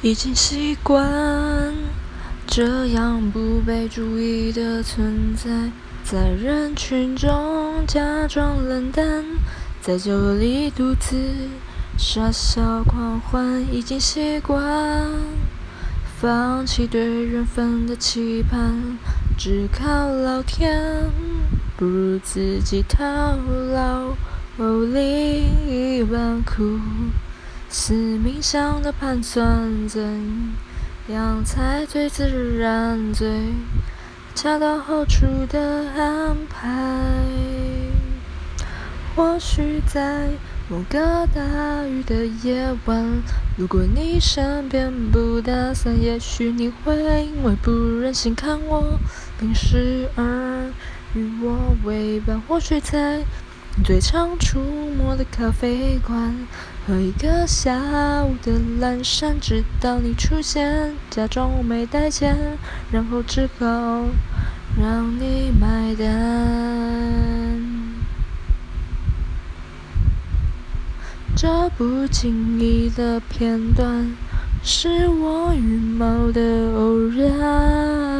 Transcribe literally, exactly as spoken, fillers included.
已经习惯这样不被注意的存在，在人群中假装冷淡，在酒里独自傻笑狂欢。已经习惯放弃对缘分的期盼，只靠老天，不如自己套牢。哦，另一半苦，死命想的盘算，怎样才最自然，最恰到好处的安排？或许在某个大雨的夜晚，如果你身边不打伞，也许你会因为不忍心看我淋湿而与我为伴。或许在你最常出没的咖啡馆，喝一个下午的蓝山，直到你出现，假装我没带钱，然后只好让你买单。这不经意的片段，是我羽毛的偶然。